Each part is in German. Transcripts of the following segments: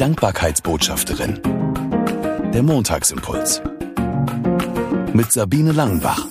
Dankbarkeitsbotschafterin. Der Montagsimpuls. Mit Sabine Langenbach.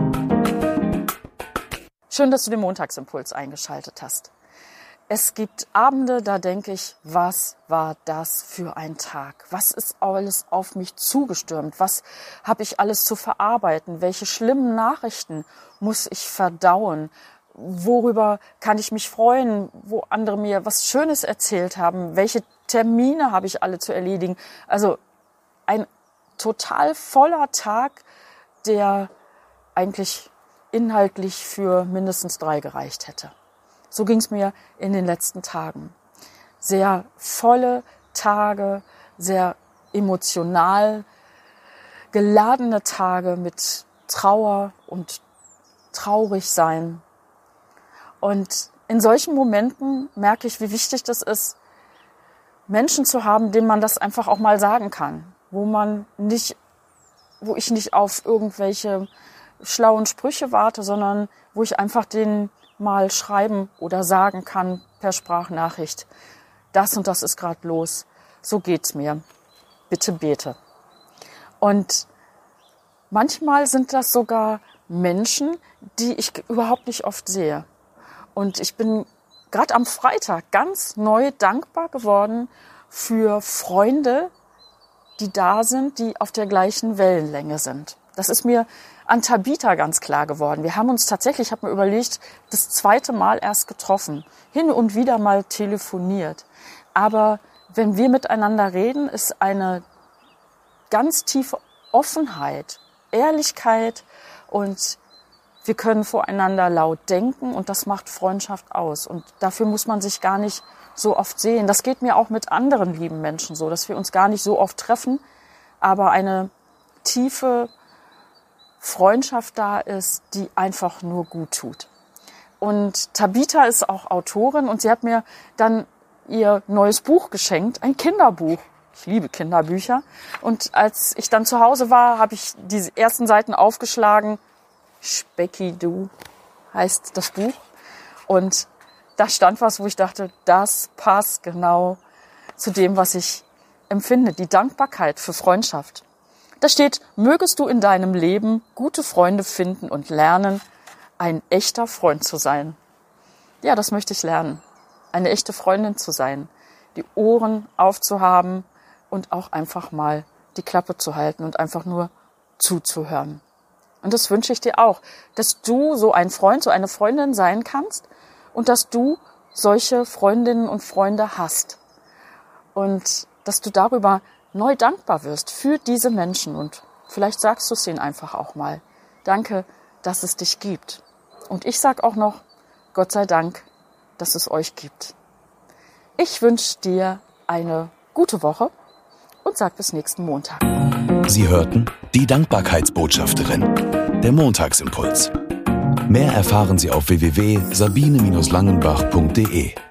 Schön, dass du den Montagsimpuls eingeschaltet hast. Es gibt Abende, da denke ich, was war das für ein Tag? Was ist alles auf mich zugestürmt? Was habe ich alles zu verarbeiten? Welche schlimmen Nachrichten muss ich verdauen? Worüber kann ich mich freuen, wo andere mir was Schönes erzählt haben? Welche Termine habe ich alle zu erledigen? Also ein total voller Tag, der eigentlich inhaltlich für mindestens 3 gereicht hätte. So ging es mir in den letzten Tagen. Sehr volle Tage, sehr emotional geladene Tage mit Trauer und Traurigsein. Und in solchen Momenten merke ich, wie wichtig das ist, Menschen zu haben, denen man das einfach auch mal sagen kann, wo ich nicht auf irgendwelche schlauen Sprüche warte, sondern wo ich einfach denen mal schreiben oder sagen kann per Sprachnachricht, das und das ist gerade los, so geht's mir, bitte bete. Und manchmal sind das sogar Menschen, die ich überhaupt nicht oft sehe. Und ich bin gerade am Freitag ganz neu dankbar geworden für Freunde, die da sind, die auf der gleichen Wellenlänge sind. Das ist mir an Tabita ganz klar geworden. Wir haben uns tatsächlich, ich habe mir überlegt, das 2. Mal erst getroffen, hin und wieder mal telefoniert. Aber wenn wir miteinander reden, ist eine ganz tiefe Offenheit, Ehrlichkeit und wir können voreinander laut denken und das macht Freundschaft aus. Und dafür muss man sich gar nicht so oft sehen. Das geht mir auch mit anderen lieben Menschen so, dass wir uns gar nicht so oft treffen, aber eine tiefe Freundschaft da ist, die einfach nur gut tut. Und Tabita ist auch Autorin und sie hat mir dann ihr neues Buch geschenkt, ein Kinderbuch. Ich liebe Kinderbücher. Und als ich dann zu Hause war, habe ich die ersten Seiten aufgeschlagen. Specki-Du heißt das Buch. Und da stand was, wo ich dachte, das passt genau zu dem, was ich empfinde. Die Dankbarkeit für Freundschaft. Da steht, mögest du in deinem Leben gute Freunde finden und lernen, ein echter Freund zu sein. Ja, das möchte ich lernen. Eine echte Freundin zu sein. Die Ohren aufzuhaben und auch einfach mal die Klappe zu halten und einfach nur zuzuhören. Und das wünsche ich dir auch, dass du so ein Freund, so eine Freundin sein kannst und dass du solche Freundinnen und Freunde hast. Und dass du darüber neu dankbar wirst für diese Menschen und vielleicht sagst du es ihnen einfach auch mal. Danke, dass es dich gibt. Und ich sag auch noch, Gott sei Dank, dass es euch gibt. Ich wünsche dir eine gute Woche und sag bis nächsten Montag. Sie hörten die Dankbarkeitsbotschafterin, der Montagsimpuls. Mehr erfahren Sie auf www.sabine-langenbach.de.